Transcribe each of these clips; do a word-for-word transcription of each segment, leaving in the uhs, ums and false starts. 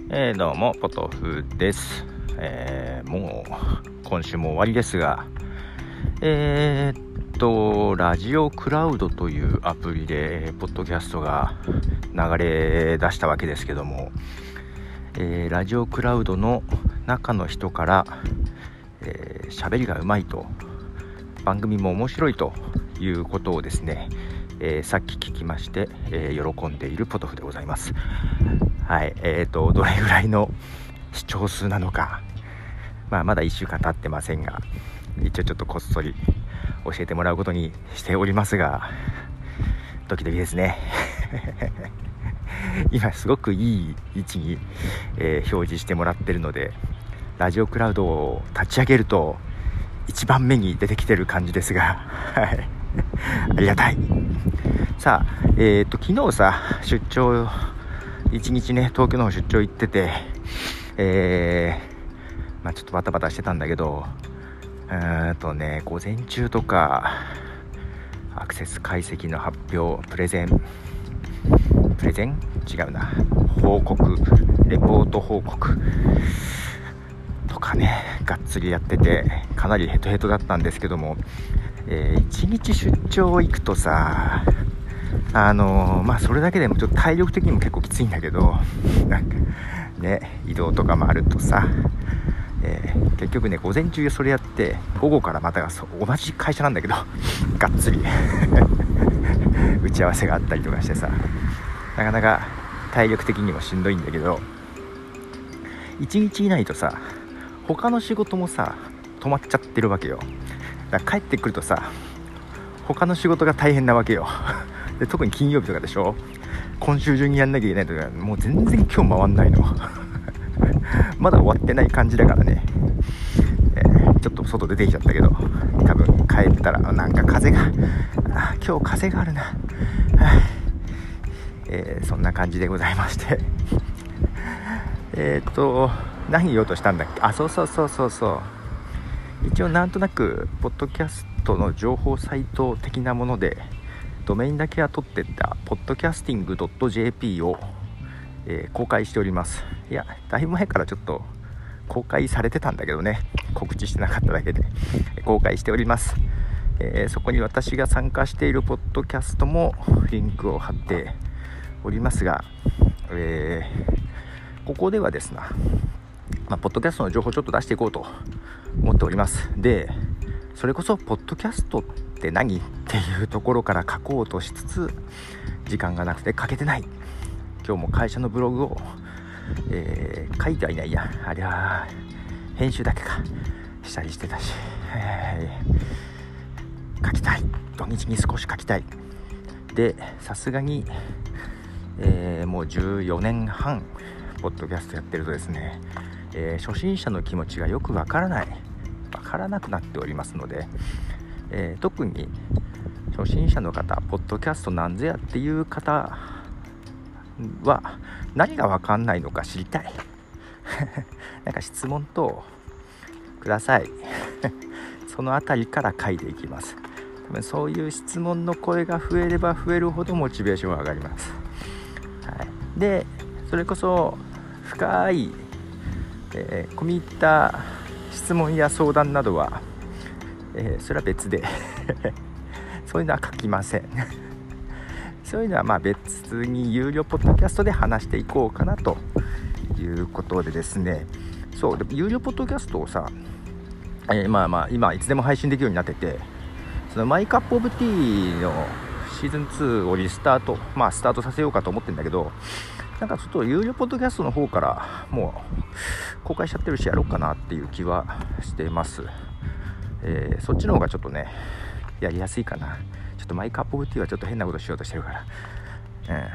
えー、どうもポトフです、えー、もう今週も終わりですが、えー、っとラジオクラウドというアプリでポッドキャストが流れ出したわけですけども、えー、ラジオクラウドの中の人からえー、喋りがうまいと、番組も面白いということをですね、えー、さっき聞きまして、えー、喜んでいるポトフでございます。はい、えーとどれぐらいの視聴数なのか、まあ、まだいっしゅうかん経ってませんが、一応ちょっとこっそり教えてもらうことにしておりますが、ドキドキですね今すごくいい位置に、えー、表示してもらってるので、ラジオクラウドを立ち上げると一番目に出てきてる感じですがはいありがたい。さあ、えーと昨日さ、出張一日ね、東京の方出張行ってて、えー、まあちょっとバタバタしてたんだけど、うーんとね午前中とかアクセス解析の発表、プレゼンプレゼン違うな報告レポート報告とかね、がっつりやっててかなりヘトヘトだったんですけども、えー、いちにち出張行くとさ、あのー、まあそれだけでもちょっと体力的にも結構きついんだけど、なんかね移動とかもあるとさ、えー、結局ね午前中それやって午後からまた同じ会社なんだけどがっつり打ち合わせがあったりとかしてさ、なかなか体力的にもしんどいんだけど、いちにちいないとさ他の仕事もさ止まっちゃってるわけよ。だから帰ってくるとさ他の仕事が大変なわけよで特に金曜日とかでしょ、今週中にやんなきゃいけないとか、もう全然今日回んないのまだ終わってない感じだからね、えー、ちょっと外出てきちゃったけど、多分帰ったらなんか風があ今日風があるな、はあえー、そんな感じでございましてえっと何言おうとしたんだっけ。あ、そうそうそうそうそう、一応なんとなくポッドキャストの情報サイト的なものでドメインだけは取ってったポッドキャスティング ドット ジェーピー を、えー、公開しております。いやだいぶ前からちょっと公開されてたんだけどね、告知してなかっただけで公開しております。えー、そこに私が参加しているポッドキャストもリンクを貼っておりますが、えー、ここではですね、まあ、ポッドキャストの情報をちょっと出していこうと思っております。で、それこそポッドキャストって何っていうところから書こうとしつつ時間がなくて書けてない。今日も会社のブログを、えー、書いてはいないや、あれは編集だけかしたりしてたし、えー、書きたい、土日に少し書きたい。で、さすがに、えー、もうじゅうよねんはんポッドキャストやってるとですね、えー、初心者の気持ちがよくわからないわからなくなっておりますので、えー、特に初心者の方、ポッドキャストなんぞやっていう方は何がわかんないのか知りたいなんか質問等くださいそのあたりから書いていきます。多分そういう質問の声が増えれば増えるほどモチベーションは上がります、はい、でそれこそ深い、えー、込み入った質問や相談などは、えー、それは別でそういうのは書きませんそういうのはまあ別に有料ポッドキャストで話していこうかなということでですね。そうで有料ポッドキャストをさ、えー、まあまあ今いつでも配信できるようになってて、そのマイカップオブティーのシーズンツーをリスタートまあスタートさせようかと思ってるんだけど、なんかちょっと有料ポッドキャストの方からもう公開しちゃってるしやろうかなっていう気はしてます、えー、そっちの方がちょっとねやりやすいかな。ちょっとマイカップオブティーはちょっと変なことしようとしてるから、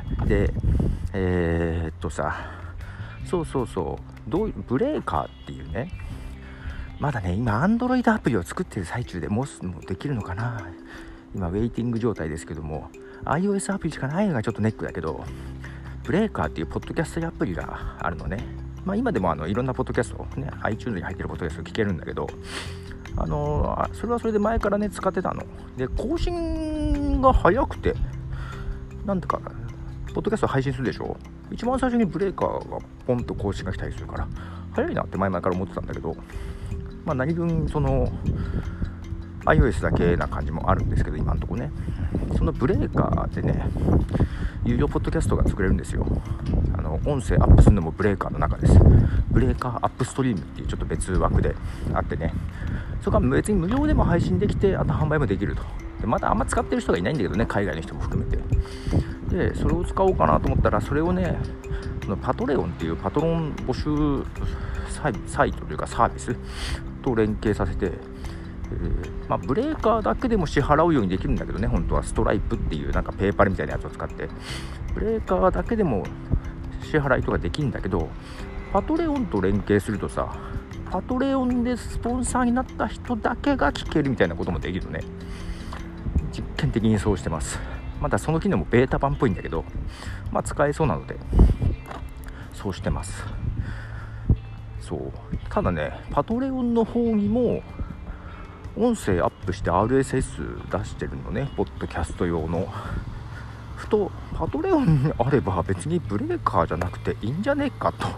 うん、でえー、っとさそうそうそうどうブレーカーっていうね、まだね今 Android アプリを作ってる最中でもうもうできるのかな、今ウェイティング状態ですけども iOS アプリしかないのがちょっとネックだけど、ブレーカーっていうポッドキャストアプリがあるのね。まあ今でもあのいろんなポッドキャストね iTunes に入ってるポッドキャスト聞けるんだけど、あのー、それはそれで前からね使ってたので、更新が早くてなんとかポッドキャスト配信するでしょ。 一番最初にブレーカーがポンと更新が来たりするから早いなって前々から思ってたんだけど、まあ何分その iOS だけな感じもあるんですけど、今のところね、そのブレーカーでね有料ポッドキャストが作れるんですよ。あの音声アップするのもブレーカーの中です。ブレーカーアップストリームっていうちょっと別枠であってね、そこは別に無料でも配信できて、あと販売もできると。でまだあんま使ってる人がいないんだけどね、海外の人も含めて。でそれを使おうかなと思ったら、それをねパトレオンっていうパトロン募集サイトというかサービスと連携させて、えーまあ、ブレーカーだけでも支払うようにできるんだけどね、本当はストライプっていうなんかペーパルみたいなやつを使ってブレーカーだけでも支払いとかできるんだけど、パトレオンと連携するとさ、パトレオンでスポンサーになった人だけが聞けるみたいなこともできるのね。実験的にそうしてます。まだその機能もベータ版っぽいんだけど、まあ使えそうなのでそうしてます。そうただね、パトレオンの方にも音声アップして アールエスエス 出してるのね、ポッドキャスト用の。ふとパトレオンにあれば別にブレーカーじゃなくていいんじゃねえかと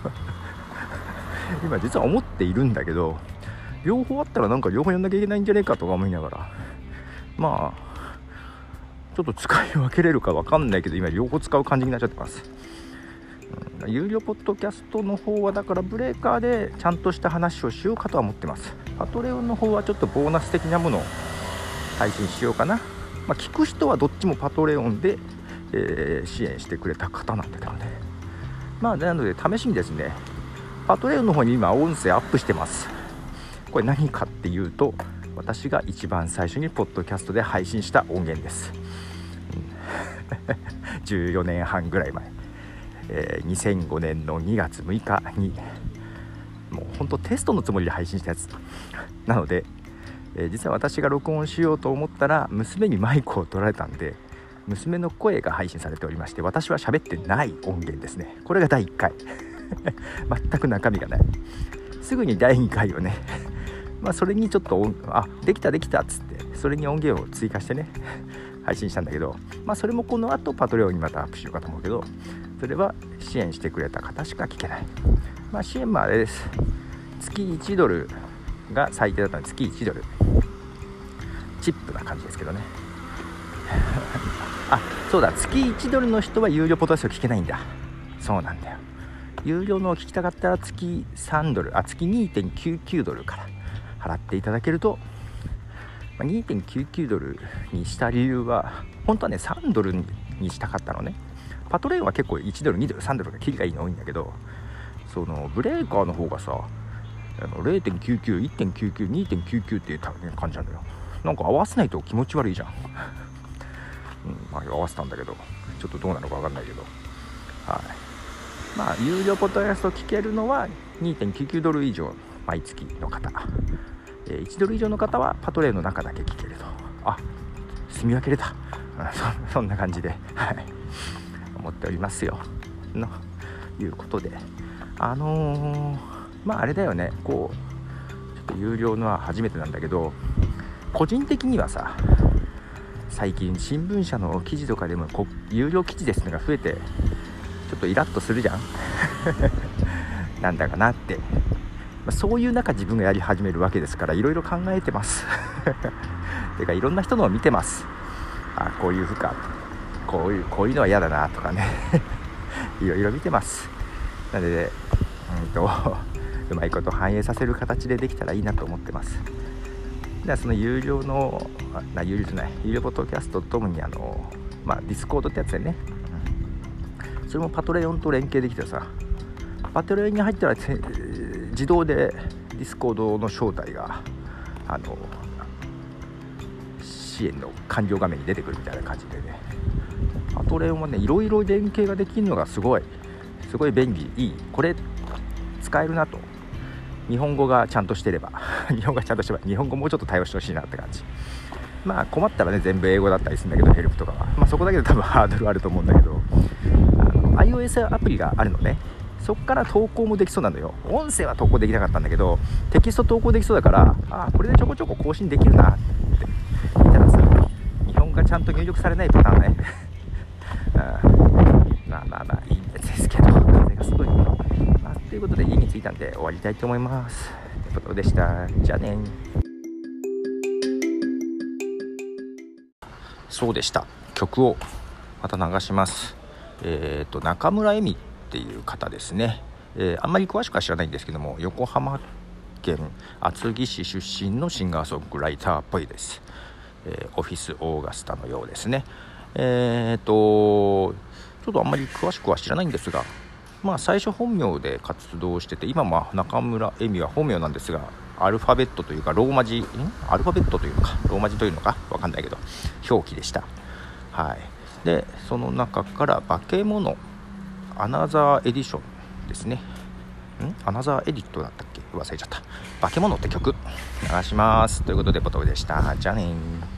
今実は思っているんだけど、両方あったらなんか両方やんなきゃいけないんじゃねえかとか思いながら、まあちょっと使い分けれるか分かんないけど、今両方使う感じになっちゃってます。うん、有料ポッドキャストの方はだからブレーカーでちゃんとした話をしようかとは思ってます。パトレオンの方はちょっとボーナス的なものを配信しようかな。まあ、聞く人はどっちもパトレオンで、えー、支援してくれた方なんだけどね。まあなので試しにですね、パトレオンの方に今音声アップしてます。これ何かっていうと、私が一番最初にポッドキャストで配信した音源です。じゅうよねんはんぐらい前、えー、にせんごねんのにがつむいかにもう本当テストのつもりで配信したやつなので、えー、実は私が録音しようと思ったら娘にマイクを取られたんで、娘の声が配信されておりまして、私は喋ってない音源ですね。これがだいいっかい全く中身がない。すぐにだいにかいをねまあそれにちょっとあできたできたっつって、それに音源を追加してね配信したんだけど、まあそれもこの後パトレオンにまたアップしようかと思うけど、それは支援してくれた方しか聞けない。まあ支援もあれです。月いちドルが最低だったので月いちドルチップな感じですけどねあ、そうだ、月いちドルの人は有料ポッドキャスト聞けないんだ。そうなんだよ。有料のを聞きたかったら月さんドル、あ、月 にてんきゅうきゅうドルから払っていただけると、まあ、にてんきゅうきゅうドルにした理由は本当はねさんドルにしたかったのね。パトレオンは結構いちドルにドルさんドルがキリがいいの多いんだけど、そのブレーカーの方がさ れいてんきゅうきゅう、いってんきゅうきゅう、にてんきゅうきゅう っていう感じなんだよ。なんか合わせないと気持ち悪いじゃん、うんまあ、合わせたんだけどちょっとどうなのか分かんないけど、はい、まあ有料ポッドキャスト聞けるのは にてんきゅうきゅうドル以上毎月の方、えー、いちドル以上の方はパトレオンの中だけ聞けると。あ、住み分けれたそ, そんな感じで、はい、思っておりますよのいうことで、あのー、まああれだよね、こうちょっと有料のは初めてなんだけど、個人的にはさ、最近新聞社の記事とかでもこ有料記事ですのが増えてちょっとイラッとするじゃんなんだかなって、まあ、そういう中自分がやり始めるわけですから、いろいろ考えてますてかいろんな人のを見てます。あ、こういうふうか、こういうこういうのは嫌だなとかねいろいろ見てます。なので、うんとうまいこと反映させる形でできたらいいなと思ってます。ではその有料のな有料じゃない有料ポッドキャストともにあの、まあ、ディスコードってやつでね、うん、それもパトレオンと連携できてさ、パトレオンに入ったら自動でディスコードの招待があの支援の完了画面に出てくるみたいな感じでね、パトレオンはねいろいろ連携ができるのがすごいすごい便利、いい、これ使えるなと。日本語がちゃんとしてれば日本語がちゃんとしてれば日本語もうちょっと対応してほしいなって感じ。まあ困ったらね全部英語だったりするんだけど、ヘルプとかは、まあ、そこだけで多分ハードルあると思うんだけど、あの iOS アプリがあるのね。そこから投稿もできそうなのよ。音声は投稿できなかったんだけどテキスト投稿できそうだから、あこれでちょこちょこ更新できるなって見たらさ、日本語がちゃんと入力されないパターンねあまあまあまあいいんですいうことで家に着いたんで終わりたいと思います。ということでした。じゃあね。そうでした。曲をまた流します。えっと中村恵美っていう方ですね。えー、あんまり詳しくは知らないんですけども、横浜県厚木市出身のシンガーソングライターっぽいです。えー、オフィスオーガスタのようですね。えっとちょっとあんまり詳しくは知らないんですが、まあ最初本名で活動してて、今まあ中村恵美は本名なんですが、アルファベットというかローマ字んアルファベットというのかローマ字というのかわかんないけど表記でした。はい。でその中から化け物アナザーエディションですね。んアナザーエディットだったっけ、忘れちゃった。化け物って曲流しますということで、ボトルでした。じゃあねー。